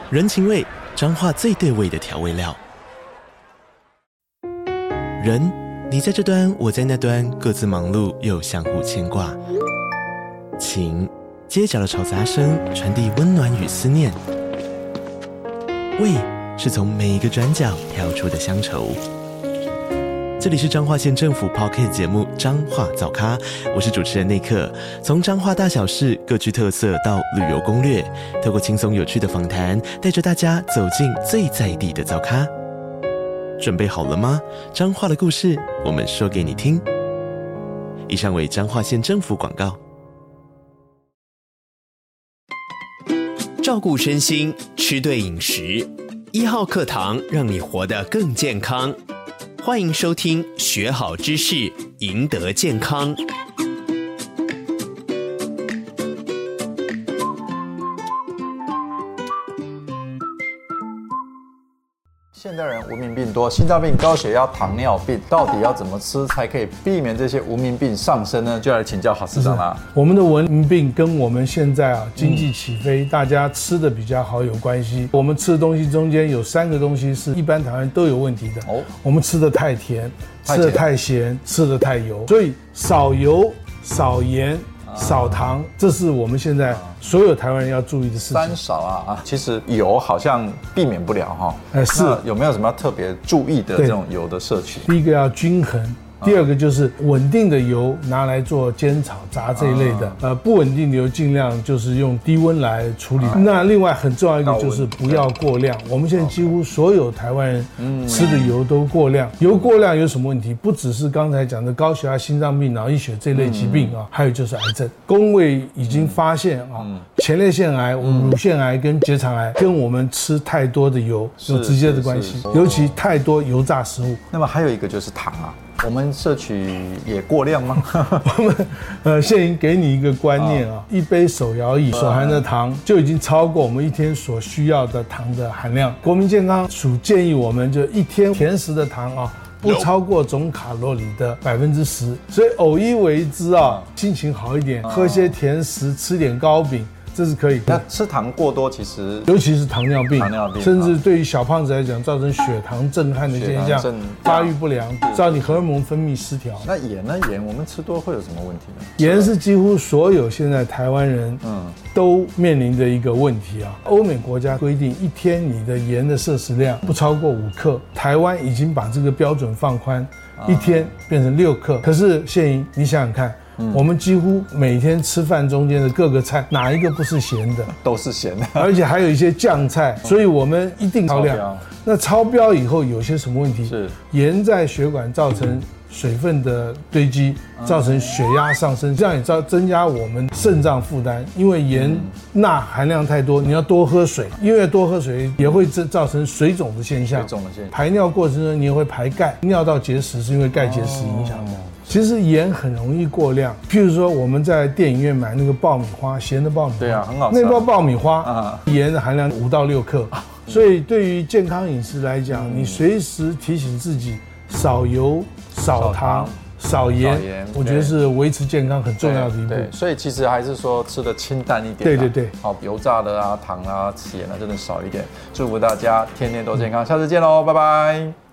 人情味，彰化最对味的调味料。人，你在这端，我在那端，各自忙碌又相互牵挂。情，街角的吵杂声传递温暖与思念。味，是从每一个转角跳出的乡愁。这里是彰化县政府 Podcast 节目《彰化早咖》，我是主持人内克。从彰化大小事各具特色到旅游攻略，透过轻松有趣的访谈，带着大家走进最在地的早咖。准备好了吗？彰化的故事，我们说给你听。以上为彰化县政府广告。 照顾身心，吃对饮食，1号课堂让你活得更健康。欢迎收听学好知识，赢得健康。 现代人无名病多，心脏病、高血压、糖尿病，到底要怎么吃才可以避免这些无名病上升呢？就来请教郝市长啦。 我们的文明病跟我们现在经济起飞，大家吃的比较好有关系。我们吃的东西中间有3个东西是一般台湾人都有问题的。我们吃的太甜，吃的太咸，吃的太油，所以少油、少盐、少糖，这是我们现在所有台湾人要注意的事情。 3少啊，其实油好像避免不了哈。是有没有什么特别注意的这种油的摄取？ 第一个要均衡。第二个就是稳定的油拿来做煎炒炸这一类的，不稳定的油尽量就是用低温来处理。那另外很重要一个就是不要过量。我们现在几乎所有台湾人吃的油都过量，油过量有什么问题？不只是刚才讲的高血压、心脏病、脑溢血这类疾病啊，还有就是癌症。公卫已经发现啊，前列腺癌、乳腺癌跟结肠癌跟我们吃太多的油有直接的关系，尤其太多油炸食物。 那么还有一个就是糖啊。我们摄取也过量吗？ 我们现在给你一个观念啊，一杯手摇饮所含的糖就已经超过我们一天所需要的糖的含量。国民健康署建议我们就一天甜食的糖啊，不超过总卡路里的10%。所以偶一为之啊，心情好一点，喝些甜食，吃点糕饼。这是可以。 那吃糖过多，其实尤其是糖尿病，甚至对于小胖子来讲，造成血糖震撼的现象，发育不良，造成你荷尔蒙分泌失调。 那盐呢？盐我们吃多会有什么问题呢？ 盐是几乎所有现在台湾人都面临的一个问题啊。欧美国家规定一天你的盐的摄食量不超过5克，台湾已经把这个标准放宽，一天变成6克。可是谢莹，你想想看。我们几乎每天吃饭中间的各个菜，哪一个不是咸的？ 都是咸的， 而且还有一些酱菜，所以我们一定超量。那超标以后有些什么问题？是盐在血管造成水分的堆积，造成血压上升，这样也增加我们肾脏负担。因为盐钠含量太多，你要多喝水，因为多喝水也会造成水肿的现象。排尿过程中你也会排钙，尿道结石是因为钙结石影响的。其实盐很容易过量，譬如说我们在电影院买那个爆米花，咸的爆米花， 对啊，很好吃。 那包爆米花盐的含量5到6克，所以对于健康饮食来讲，你随时提醒自己少油、少糖、少盐，我觉得是维持健康很重要的一步。 对，所以其实还是说吃的清淡一点。 对， 好，油炸的啊、糖啊、盐啊，真的少一点。祝福大家天天都健康，下次见喽，拜拜。